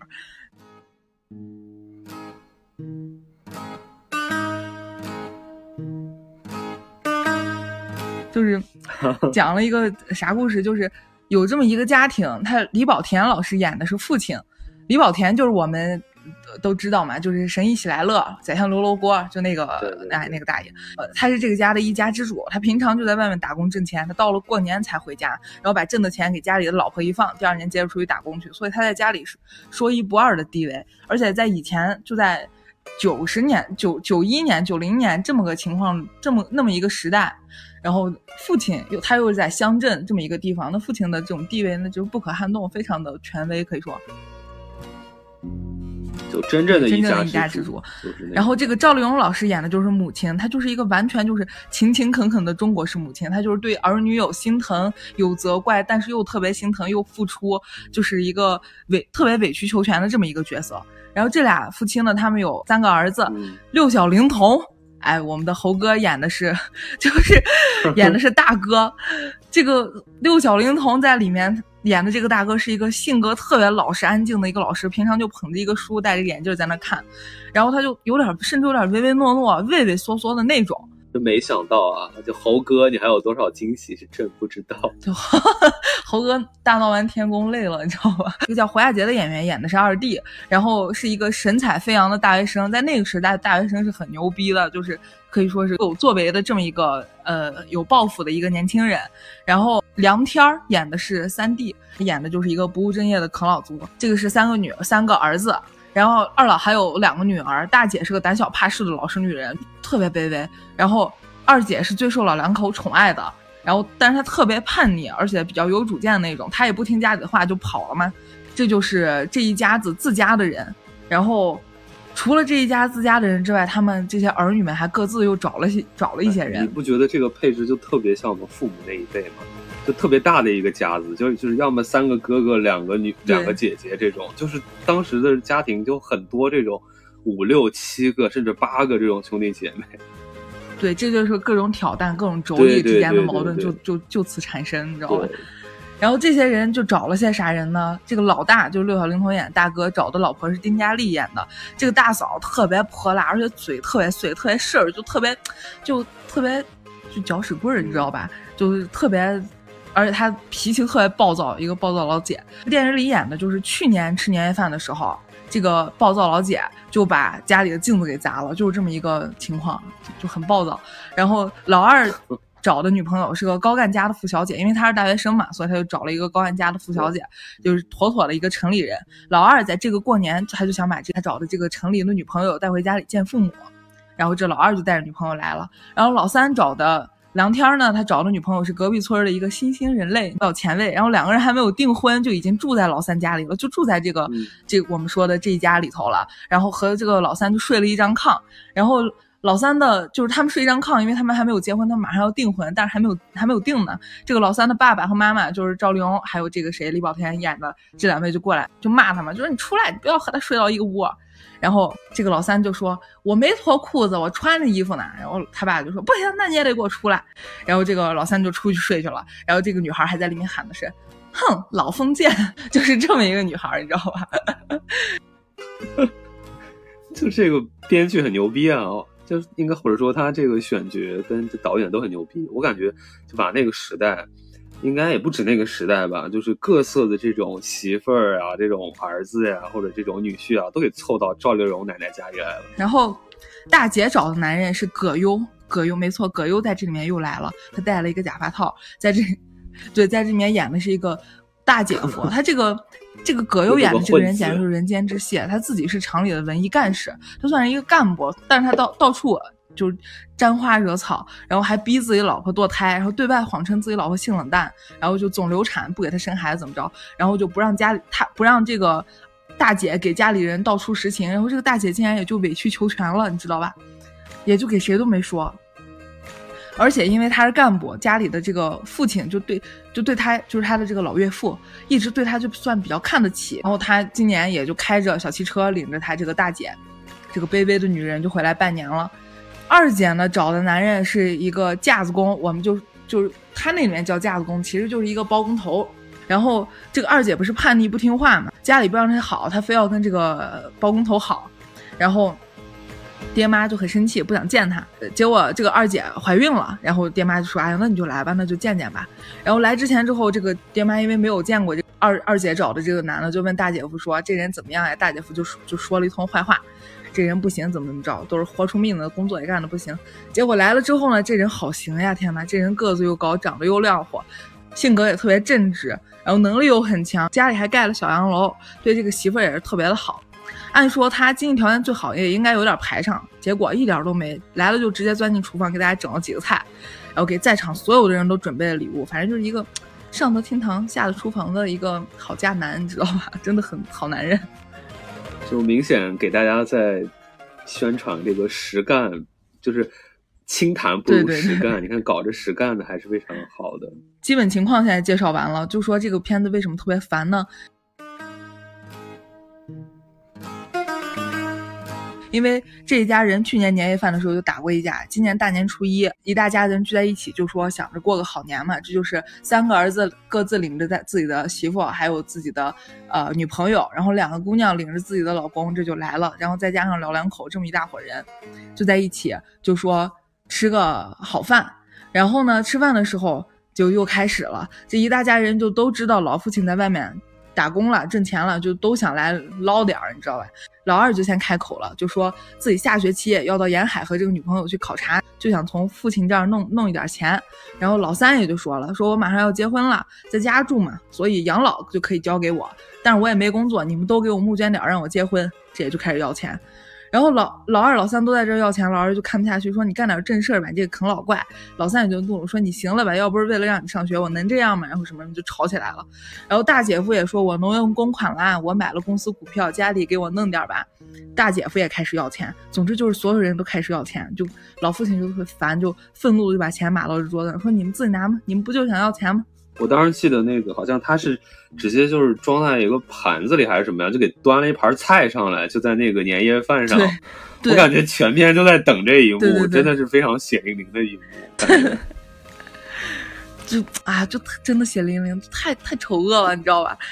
就是讲了一个啥故事，就是有这么一个家庭，他李保田老师演的是父亲，李保田就是我们都知道嘛，就是神医喜来乐、宰相刘罗锅，就那个那个大爷，他是这个家的一家之主，他平常就在外面打工挣钱，他到了过年才回家，然后把挣的钱给家里的老婆一放，第二年接着出去打工去，所以他在家里是说一不二的地位，而且在以前就在90年、91年、90年这么个情况，那么一个时代。然后父亲他又是在乡镇这么一个地方，那父亲的这种地位那就是不可撼动，非常的权威，可以说。 就真正的一家之主。 就是然后这个赵丽蓉老师演的就是母亲，她就是一个完全就是勤勤恳恳的中国式母亲，她就是对儿女有心疼有责怪，但是又特别心疼又付出，就是一个特别委曲求全的这么一个角色。然后这俩夫妻呢，他们有3个儿子，六小龄童。我们的猴哥演的是大哥。这个六小龄童在里面演的这个大哥是一个性格特别老实安静的一个老师，平常就捧着一个书戴着眼镜在那看，然后他就甚至有点唯唯诺诺畏畏缩缩的那种。 就没想到啊，就猴哥你还有多少惊喜是真不知道。 就猴哥大闹完天宫累了，你知道吧？这个叫侯亚杰的演员演的是二弟，然后是一个神采飞扬的大学生，在那个时代大学生是很牛逼的，就是可以说是有作为的这么一个有抱负的一个年轻人。然后梁天演的是三弟，演的就是一个不务正业的啃老族。这个是3个儿子。然后二老还有2个女儿，大姐是个胆小怕事的老实女人，特别卑微。然后二姐是最受老两口宠爱的，然后但是她特别叛逆，而且比较有主见的那种，她也不听家里的话就跑了嘛。这就是这一家子自家的人。然后除了这一家自家的人之外，他们这些儿女们还各自又找了一些人。 你不觉得这个配置就特别像我们父母那一辈吗？就特别大的一个家子，就是要么3个哥哥2个姐姐，这种就是当时的家庭就很多这种5、6、7个甚至8个这种兄弟姐妹。 对，这就是各种挑担各种妯娌之间的矛盾就此产生，你知道吧？然后这些人就找了些啥人呢？这个老大就是六小龄童演大哥，找的老婆是丁嘉丽演的。这个大嫂特别泼辣，而且嘴特别碎，特别事儿，就特别搅屎棍儿，你知道吧？就是特别。而且她脾气特别暴躁，一个暴躁老姐。电视里演的就是去年吃年夜饭的时候，这个暴躁老姐就把家里的镜子给砸了，就是这么一个情况，就很暴躁。然后老二找的女朋友是个高干家的富小姐，因为她是大学生嘛，所以他就找了一个高干家的富小姐，就是妥妥的一个城里人。老二在这个过年，他就想把他找的这个城里的女朋友带回家里见父母，然后这老二就带着女朋友来了。然后老三找的梁天呢，他找的女朋友是隔壁村的一个新兴人类，比较前卫。然后2个人还没有订婚，就已经住在老三家里了，就住在这个我们说的这一家里头了。然后和这个老三就睡了一张炕。然后老三的就是他们睡一张炕，因为他们还没有结婚，他们马上要订婚，但是还没有订呢。这个老三的爸爸和妈妈就是赵丽蓉还有这个谁李保田演的这2位就过来就骂他们，就说你出来，你不要和他睡到一个屋。然后这个老三就说我没脱裤子，我穿着衣服呢。然后他爸就说不行，那你也得给我出来。然后这个老三就出去睡去了。然后这个女孩还在里面喊的是哼，老封建，就是这么一个女孩，你知道吧？ 就这个编剧很牛逼啊，就应该或者说他这个选角跟导演都很牛逼。我感觉就把那个时代，应该也不止那个时代吧，就是各色的这种媳妇儿啊，这种儿子呀，或者这种女婿啊，都给凑到赵丽蓉奶奶家里来了。 然后大姐找的男人是葛优没错，葛优在这里面又来了，他戴了一个假发套，在这里面演的是一个大姐夫。他这个葛优演的这个人简直就是人间之戏，他自己是厂里的文艺干事，他算是一个干部，但是他到处就沾花惹草，然后还逼自己老婆堕胎，然后对外谎称自己老婆性冷淡，然后就总流产，不给他生孩子怎么着，然后就不让这个大姐给家里人道出实情，然后这个大姐竟然也就委曲求全了，你知道吧？也就给谁都没说。而且因为他是干部，家里的这个父亲就对他，就是他的这个老岳父，一直对他就算比较看得起。然后他今年也就开着小汽车，领着他这个大姐，这个卑微的女人就回来拜年了。二姐呢找的男人是一个架子工，我们就是他那里面叫架子工，其实就是一个包工头。然后这个二姐不是叛逆不听话嘛，家里不让她好，她非要跟这个包工头好，然后爹妈就很生气，不想见她。结果这个二姐怀孕了，然后爹妈就说：“哎呀，那你就来吧，那就见见吧。”然后来之前之后，这个爹妈因为没有见过这二姐找的这个男的，就问大姐夫说：“这人怎么样呀？”大姐夫就说了一通坏话，这人不行，怎么着，都是活出命的，工作也干的不行。结果来了之后呢，这人好行呀，天哪，这人个子又高，长得又亮活，性格也特别正直，然后能力又很强，家里还盖了小洋楼，对这个媳妇儿也是特别的好。按说他经济条件最好，也应该有点排场，结果一点都没，来了就直接钻进厨房给大家整了几个菜，然后给在场所有的人都准备了礼物，反正就是一个上得厅堂下得厨房的一个好家男，你知道吧？真的很好男人。 就明显给大家在宣传这个实干，就是轻谈不如实干。 对， 你看搞这实干的还是非常好的。 基本情况现在介绍完了，就说这个片子为什么特别烦呢？因为这一家人去年年夜饭的时候就打过一架，今年大年初一，一大家人聚在一起，就说想着过个好年嘛。这就是3个儿子各自领着自己的媳妇，还有自己的女朋友，然后2个姑娘领着自己的老公，这就来了，然后再加上老两口这么一大伙人，就在一起，就说吃个好饭。然后呢，吃饭的时候就又开始了，这一大家人就都知道老父亲在外面打工了，挣钱了，就都想来捞点儿，你知道吧？老二就先开口了，就说自己下学期要到沿海和这个女朋友去考察，就想从父亲这儿弄一点钱。然后老三也就说了，说我马上要结婚了，在家住嘛，所以养老就可以交给我，但是我也没工作，你们都给我募捐点让我结婚，这也就开始要钱。然后老二老三都在这要钱，老二就看不下去，说你干点正事儿吧，这个啃老怪。老三也就怒了，说你行了吧，要不是为了让你上学，我能这样吗？然后什么就吵起来了。然后大姐夫也说，我挪用公款了，我买了公司股票，家里给我弄点吧。大姐夫也开始要钱，总之就是所有人都开始要钱，就老父亲就会烦，就愤怒的就把钱码到桌子上，说你们自己拿吗？你们不就想要钱吗？ 我当时记得那个好像他是直接就是装在一个盘子里还是什么样，就给端了一盘菜上来，就在那个年夜饭上。 对， 我感觉全片就在等这一幕， 对， 真的是非常血淋淋的一幕。 就真的血淋淋，太丑恶了，你知道吧？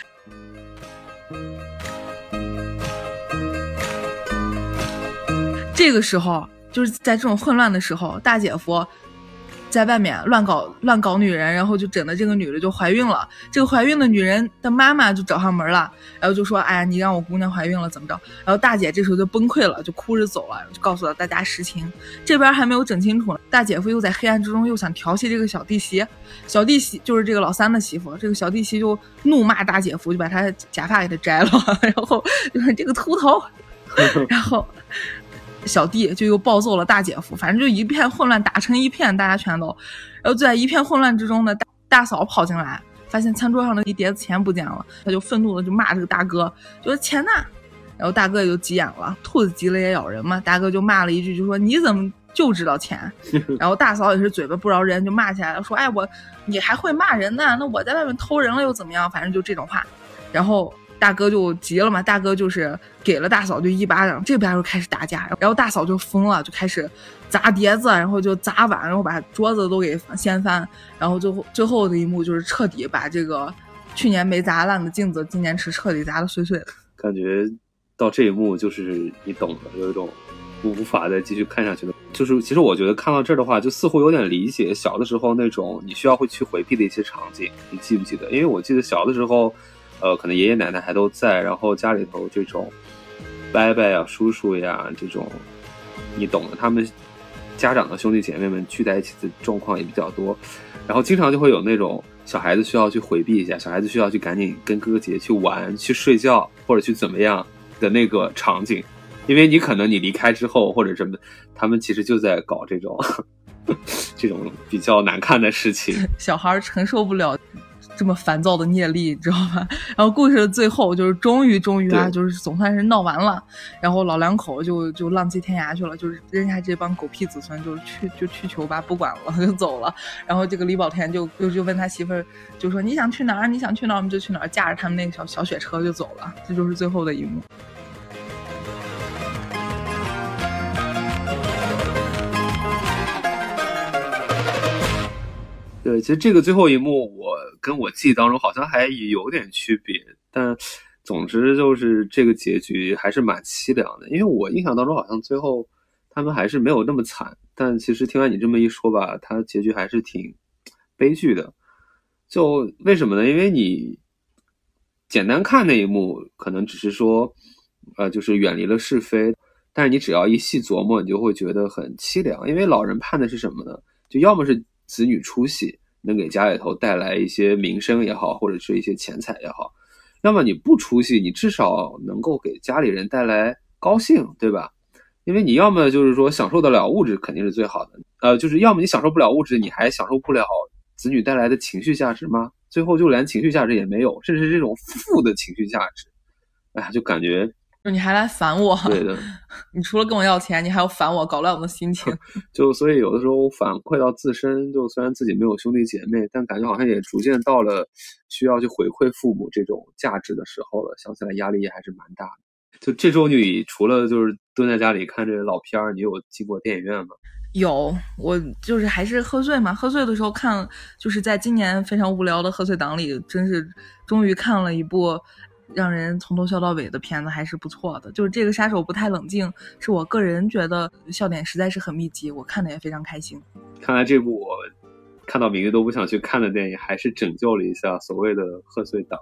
这个时候就是在这种混乱的时候，大姐夫在外面乱搞女人，然后就整的这个女的就怀孕了。这个怀孕的女人的妈妈就找上门了，然后就说：“哎呀，你让我姑娘怀孕了，怎么着？”然后大姐这时候就崩溃了，就哭着走了，就告诉了大家实情。这边还没有整清楚呢，大姐夫又在黑暗之中又想调戏这个小弟媳，小弟媳就是这个老三的媳妇，这个小弟媳就怒骂大姐夫，就把他假发给他摘了，然后就是这个秃头，然后。小弟就又暴揍了大姐夫，反正就一片混乱，打成一片，大家全都，然后就在一片混乱之中呢，大嫂跑进来，发现餐桌上的一碟子钱不见了，他就愤怒的就骂这个大哥，就说钱呢？然后大哥也就急眼了，兔子急了也咬人嘛，大哥就骂了一句，就说你怎么就知道钱？然后大嫂也是嘴巴不饶人，就骂起来了，说哎你还会骂人呢？那我在外面偷人了又怎么样？反正就这种话，然后。大哥就急了嘛，大哥就是给了大嫂就一巴掌，这边就开始打架，然后大嫂就疯了，就开始砸碟子，然后就砸碗，然后把桌子都给掀翻，然后最后的一幕就是彻底把这个去年没砸烂的镜子，今年是彻底砸得碎碎的。 感觉到这一幕就是你懂的，有一种无法再继续看下去的。就是其实我觉得看到这儿的话，就似乎有点理解小的时候那种你需要会去回避的一些场景，你记不记得？因为我记得小的时候。可能爷爷奶奶还都在，然后家里头这种伯伯呀、叔叔呀这种，你懂的，他们家长的兄弟姐妹们聚在一起的状况也比较多，然后经常就会有那种小孩子需要去回避一下，小孩子需要去赶紧跟哥哥姐姐去玩、去睡觉或者去怎么样的那个场景，因为你可能你离开之后或者什么，他们其实就在搞这种这种比较难看的事情， 小孩承受不了。这么烦躁的业力，你知道吧？然后故事的最后就是终于啊，就是总算是闹完了。然后老两口就浪迹天涯去了，就是扔下这帮狗屁子孙，就是去球吧，不管了就走了。然后这个李保田就问他媳妇儿，就说你想去哪儿？你想去哪儿我们就去哪儿，驾着他们那个小雪车就走了。这就是最后的一幕。 对，其实这个最后一幕我跟我记忆当中好像还有点区别，但总之就是这个结局还是蛮凄凉的，因为我印象当中好像最后他们还是没有那么惨，但其实听完你这么一说吧，他结局还是挺悲剧的。就为什么呢？因为你简单看那一幕可能只是说就是远离了是非，但是你只要一细琢磨你就会觉得很凄凉，因为老人盼的是什么呢？就要么是子女出息，能给家里头带来一些名声也好，或者是一些钱财也好，要么你不出息，你至少能够给家里人带来高兴，对吧？因为你要么就是说享受得了物质肯定是最好的，就是要么你享受不了物质，你还享受不了子女带来的情绪价值吗？最后就连情绪价值也没有，甚至是这种负的情绪价值，哎呀，就感觉就你还来烦我。 对的， 你除了跟我要钱，你还要烦我，搞乱我的心情。 就所以有的时候反馈到自身，就虽然自己没有兄弟姐妹，但感觉好像也逐渐到了需要去回馈父母这种价值的时候了，想起来压力也还是蛮大的。就这周你除了就是蹲在家里看这个老片儿，你有进过电影院吗？ 有，我就是还是贺岁嘛，贺岁的时候看，就是在今年非常无聊的贺岁档里，真是终于看了一部让人从头笑到尾的片子，还是不错的。就是这个杀手不太冷静，是我个人觉得笑点实在是很密集，我看的也非常开心。 看来这部我看到名字都不想去看的电影，还是拯救了一下所谓的贺岁档。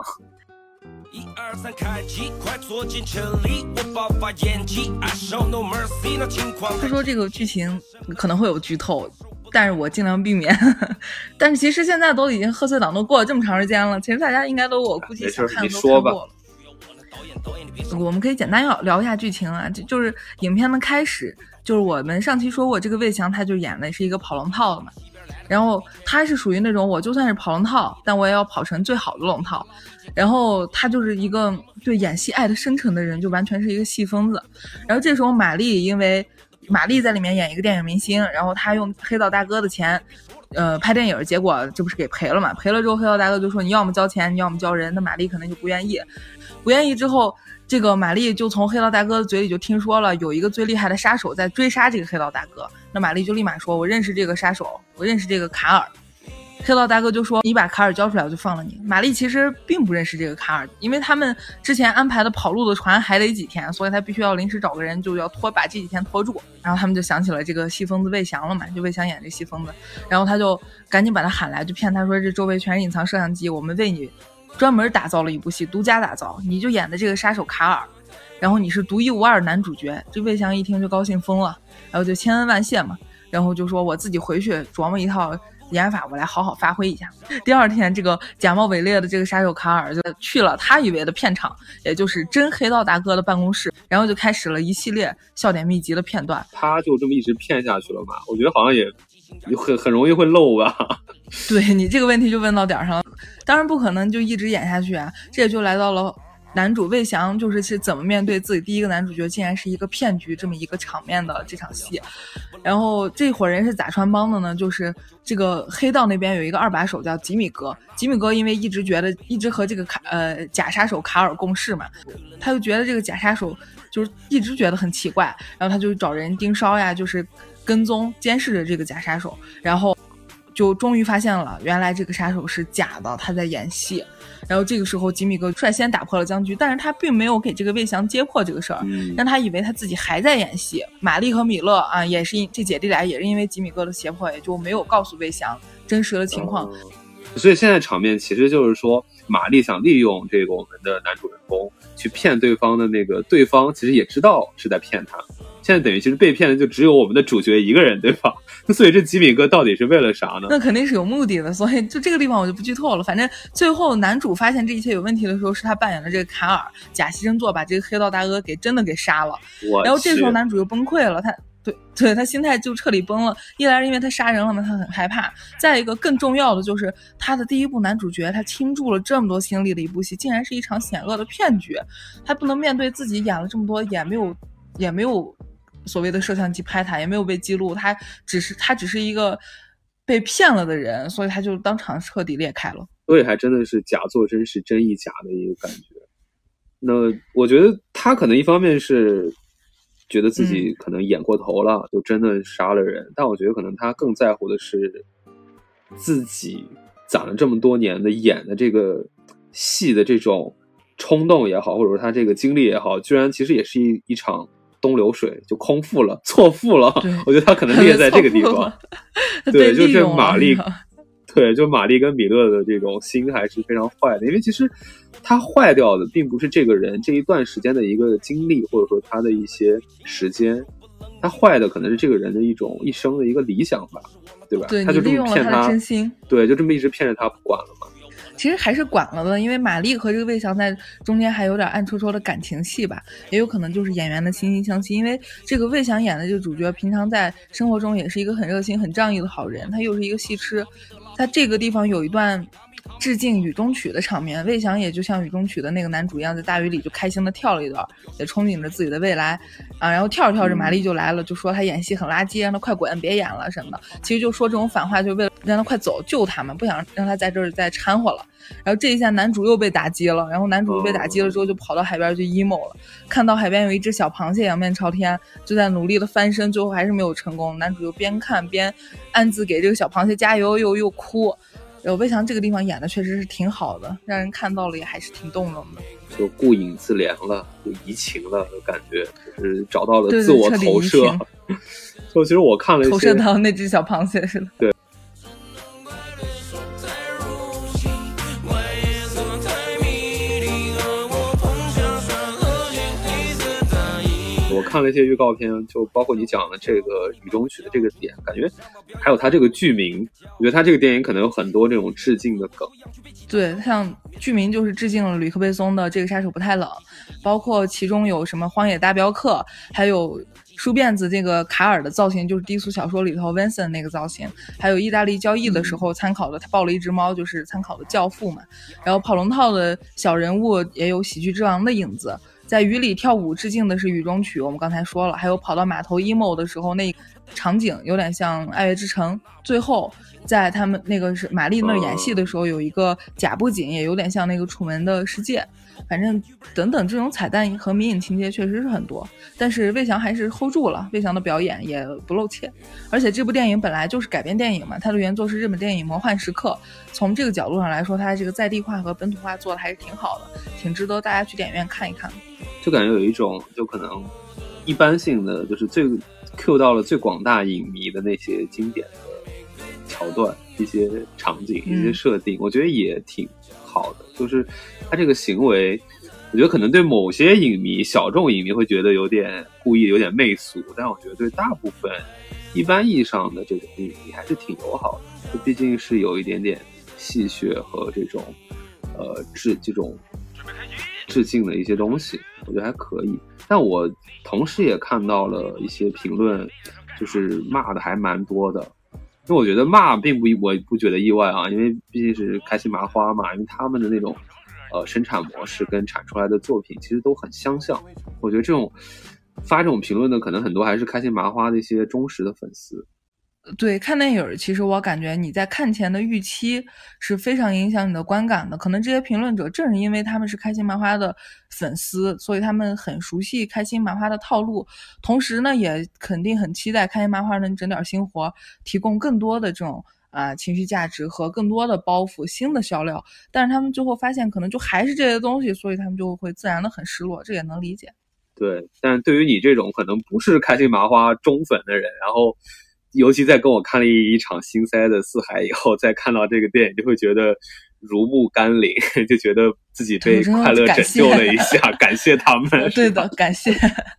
1、2、3开机，快坐进车里，我爆发演技 I show no mercy 那情况。 他说这个剧情可能会有剧透，但是我尽量避免。但是其实现在都已经贺岁档都过了这么长时间了，其实大家应该都我估计想看的都看过了。我们可以简单聊一下剧情啊，就是影片的开始，就是我们上期说过，这个魏翔他就演的是一个跑龙套的嘛，然后他是属于那种我就算是跑龙套，但我也要跑成最好的龙套。然后他就是一个对演戏爱的深沉的人，就完全是一个戏疯子。然后这时候马丽，因为马丽在里面演一个电影明星，然后他用黑道大哥的钱拍电影，结果这不是给赔了嘛？赔了之后黑道大哥就说你要么交钱，你要么交人。那马丽可能就不愿意之后，这个马丽就从黑道大哥的嘴里就听说了有一个最厉害的杀手在追杀这个黑道大哥。那马丽就立马说我认识这个杀手，我认识这个卡尔。黑道大哥就说你把卡尔交出来我就放了你。马丽其实并不认识这个卡尔，因为他们之前安排的跑路的船还得几天，所以他必须要临时找个人，就要把这几天拖住。然后他们就想起了这个戏疯子魏翔了嘛，就魏翔演这戏疯子，然后他就赶紧把他喊来，就骗他说这周围全是隐藏摄像机，我们为你专门打造了一部戏，独家打造，你就演的这个杀手卡尔，然后你是独一无二的男主角。这魏翔一听就高兴疯了，然后就千恩万谢嘛，然后就说我自己回去琢磨一套演法，我来好好发挥一下。第二天，这个假冒伪劣的这个杀手卡尔就去了他以为的片场，也就是真黑道大哥的办公室，然后就开始了一系列笑点密集的片段。 他就这么一直骗下去了嘛？我觉得好像也很容易会漏吧。 对，你这个问题就问到点上了，当然不可能就一直演下去啊，这也就来到了男主魏翔是怎么面对自己第一个男主角竟然是一个骗局这么一个场面的这场戏。然后这伙人是咋穿帮的呢？就是这个黑道那边有一个二把手叫吉米哥，吉米哥因为一直和这个假杀手卡尔共事嘛，他就觉得这个假杀手就是一直觉得很奇怪，然后他就找人盯梢呀，就是跟踪监视着这个假杀手，然后就终于发现了原来这个杀手是假的，他在演戏。然后这个时候吉米哥率先打破了僵局，但是他并没有给这个魏翔揭破这个事儿，让他以为他自己还在演戏。玛丽和米勒啊，也是这姐弟俩也是因为吉米哥的胁迫，也就没有告诉魏翔真实的情况。 所以现在场面其实就是说，玛丽想利用这个我们的男主人公去骗对方的那个，对方其实也知道是在骗他。现在等于其实被骗的就只有我们的主角一个人，对吧？那所以这吉米哥到底是为了啥呢？ 那肯定是有目的的，所以就这个地方我就不剧透了。反正最后男主发现这一切有问题的时候，是他扮演的这个卡尔假戏真做，把这个黑道大哥真的给杀了。然后这时候男主就崩溃了，对他心态就彻底崩了。一来是因为他杀人了嘛，他很害怕；再一个更重要的就是他的第一部男主角，他倾注了这么多心力的一部戏，竟然是一场险恶的骗局。他不能面对自己演了这么多，也没有所谓的摄像机拍他，也没有被记录，他只是一个被骗了的人，所以他就当场彻底裂开了。 所以还真的是假作真是真亦假的一个感觉。那我觉得他可能一方面是觉得自己可能演过头了，就真的杀了人，但我觉得可能他更在乎的是自己攒了这么多年的演的这个戏的这种冲动也好，或者说他这个经历也好，居然其实也是一场东流水，就空腹了，错付了。我觉得他可能列在这个地方。对，就这玛丽，对，就玛丽跟米勒的这种心还是非常坏的，因为其实他坏掉的并不是这个人这一段时间的一个经历，或者说他的一些时间，他坏的可能是这个人的一生的一个理想吧，对吧？ 对， 他就这么骗他的真心， 对，就这么一直骗着他不管了嘛。 其实还是管了的，因为玛丽和这个魏翔在中间还有点暗戳戳的感情戏吧，也有可能就是演员的惺惺相惜。因为这个魏翔演的这个主角，平常在生活中也是一个很热心、很仗义的好人，他又是一个戏痴，他这个地方有一段致敬雨中曲的场面，魏翔也就像雨中曲的那个男主一样，在大雨里就开心的跳了一段，也憧憬着自己的未来啊。然后跳着跳着，马丽就来了，就说他演戏很垃圾，让他快滚，别演了什么的。其实就说这种反话，就为了让他快走，救他们，不想让他在这儿再掺和了。然后这一下男主又被打击了，然后男主被打击了之后就跑到海边去 emo 了，看到海边有一只小螃蟹仰面朝天，就在努力的翻身，最后还是没有成功。男主就边看边暗自给这个小螃蟹加油，又哭。魏翔这个地方演的确实是挺好的，让人看到了也还是挺动容的， 就顾影自怜了，就移情了，感觉就是找到了自我投射。就其实我看了一些投射到那只小螃蟹似的。 对。我看了一些预告片，就包括你讲的这个雨中曲的这个点，感觉还有它这个剧名，我觉得它这个电影可能有很多这种致敬的梗。 对，像剧名就是致敬了吕克贝松的《这个杀手不太冷》，包括其中有什么荒野大镖客，还有梳辫子这个卡尔的造型，就是低俗小说里头 Vincent 那个造型，还有意大利交易的时候参考的，他抱了一只猫，就是参考的教父嘛。然后跑龙套的小人物也有喜剧之王的影子，在雨里跳舞致敬的是雨中曲，我们刚才说了，还有跑到码头 emo 的时候那场景有点像爱乐之城。最后在他们那个是玛丽那儿演戏的时候有一个假布景，也有点像那个楚门的世界。反正等等这种彩蛋和迷影情节确实是很多，但是魏翔还是 hold 住了，魏翔的表演也不露怯。而且这部电影本来就是改编电影嘛，它的原作是日本电影《魔幻时刻》，从这个角度上来说，它这个在地化和本土化做的还是挺好的，挺值得大家去电影院看一看。 就感觉有一种就可能一般性的，就是最 Q 到了最广大影迷的那些经典的桥段、一些场景、一些设定，我觉得也挺好的。就是他这个行为，我觉得可能对某些影迷、小众影迷会觉得有点故意、有点媚俗，但我觉得对大部分一般意义上的这种影迷还是挺友好的。就毕竟是有一点点戏谑和这种这种致敬的一些东西，我觉得还可以。但我同时也看到了一些评论，就是骂的还蛮多的。因为我觉得骂我不觉得意外啊，因为毕竟是开心麻花嘛，因为他们的那种生产模式跟产出来的作品其实都很相像。我觉得这种发这种评论的可能很多还是开心麻花的一些忠实的粉丝。 对，看电影其实我感觉你在看前的预期是非常影响你的观感的，可能这些评论者正是因为他们是开心麻花的粉丝，所以他们很熟悉开心麻花的套路，同时呢也肯定很期待开心麻花能整点新活，提供更多的这种情绪价值和更多的包袱新的笑料，但是他们最后发现可能就还是这些东西，所以他们就会自然的很失落，这也能理解。 对，但对于你这种可能不是开心麻花忠粉的人，然后尤其在跟我看了一场心塞的四海以后，再看到这个电影就会觉得如沐甘霖，就觉得自己被快乐拯救了一下，感谢他们。 对的，感谢。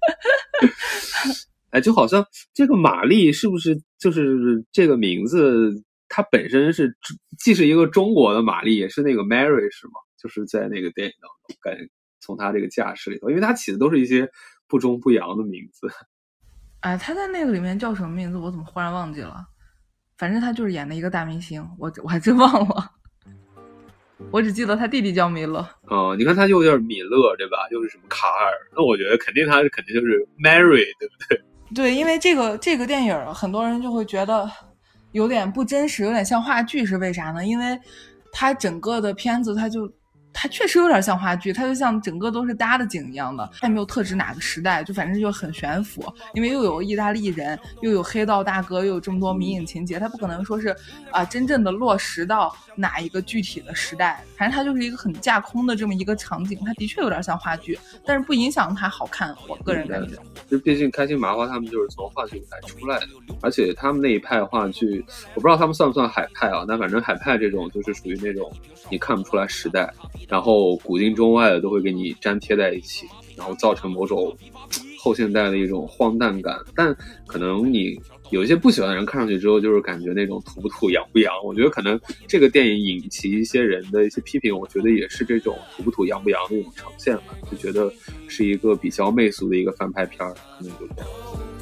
哎，就好像这个玛丽是不是就是这个名字，它本身是既是一个中国的玛丽，也是那个 Mary 是吗？就是在那个电影当中，感觉从他这个架势里头，因为他起的都是一些不中不洋的名字。 他在那个里面叫什么名字？我怎么忽然忘记了？反正他就是演的一个大明星，我还真忘了。我只记得他弟弟叫米勒。 你看他就有点米勒，对吧？又是什么卡尔？那我觉得肯定就是 Mary， 对不对？ 对，因为这个电影，很多人就会觉得有点不真实，有点像话剧，是为啥呢？因为他整个的片子，它确实有点像话剧，它就像整个都是搭的景一样的，它也没有特指哪个时代，就反正就很悬浮，因为又有意大利人，又有黑道大哥，又有这么多迷影情节，它不可能说是真正的落实到哪一个具体的时代，反正它就是一个很架空的这么一个场景，它的确有点像话剧，但是不影响它好看，我个人感觉。 就毕竟开心麻花他们就是从话剧舞台出来的，而且他们那一派话剧，我不知道他们算不算海派啊，但反正海派这种就是属于那种你看不出来时代，然后古今中外的都会给你粘贴在一起，然后造成某种后现代的一种荒诞感。但可能你有一些不喜欢的人看上去之后，就是感觉那种土不土洋不洋。我觉得可能这个电影引起一些人的一些批评，我觉得也是这种土不土洋不洋的一种呈现吧，就觉得是一个比较媚俗的一个翻拍片，可能就这样。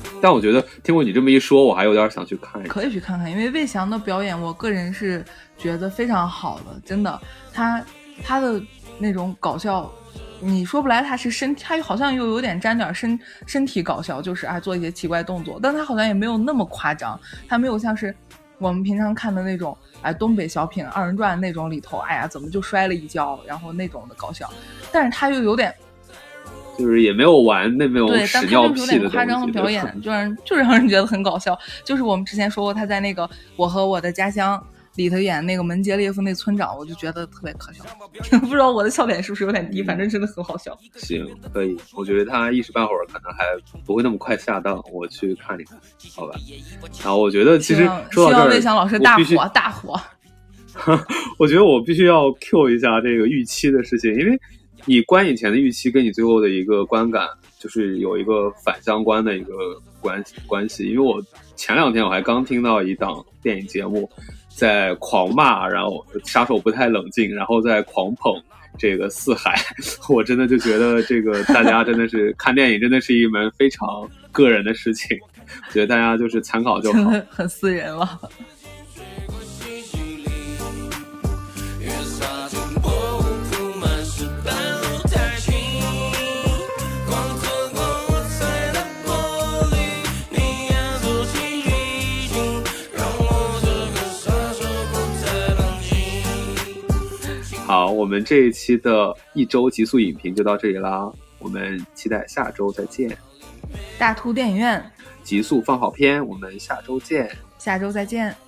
但我觉得听过你这么一说，我还有点想去看一下。 可以去看看，因为魏翔的表演，我个人是觉得非常好的，真的，他的那种搞笑，你说不来他是他好像又有点沾点身体搞笑，就是做一些奇怪动作，但他好像也没有那么夸张，他没有像是我们平常看的那种东北小品二人转那种里头，怎么就摔了一跤，然后那种的搞笑，但是他又有点。 就是也没有玩那种屎尿屁的东西， 对，但他就是有点夸张的表演，就让人觉得很搞笑。就是我们之前说过，他在那个《我和我的家乡》里头演那个门捷列夫那村长，我就觉得特别可笑。不知道我的笑点是不是有点低，反正真的很好笑。 行，可以，我觉得他一时半会儿可能还不会那么快下档，我去看一看，好吧？然后我觉得其实说到这儿， 希望魏翔老师大火。 我觉得我必须要 Q 一下这个预期的事情，因为你观影前的预期跟你最后的一个观感就是有一个反相关的一个关系。因为我前2天我还刚听到一档电影节目在狂骂，然后杀手不太冷静，然后在狂捧这个四海，我真的就觉得这个大家真的是看电影真的是一门非常个人的事情，觉得大家就是参考就好， 真的很私人了。 好，我们这一期的一周极速影评就到这里啦，我们期待下周再见。 大图电影院极速放好片，我们下周见。 下周再见。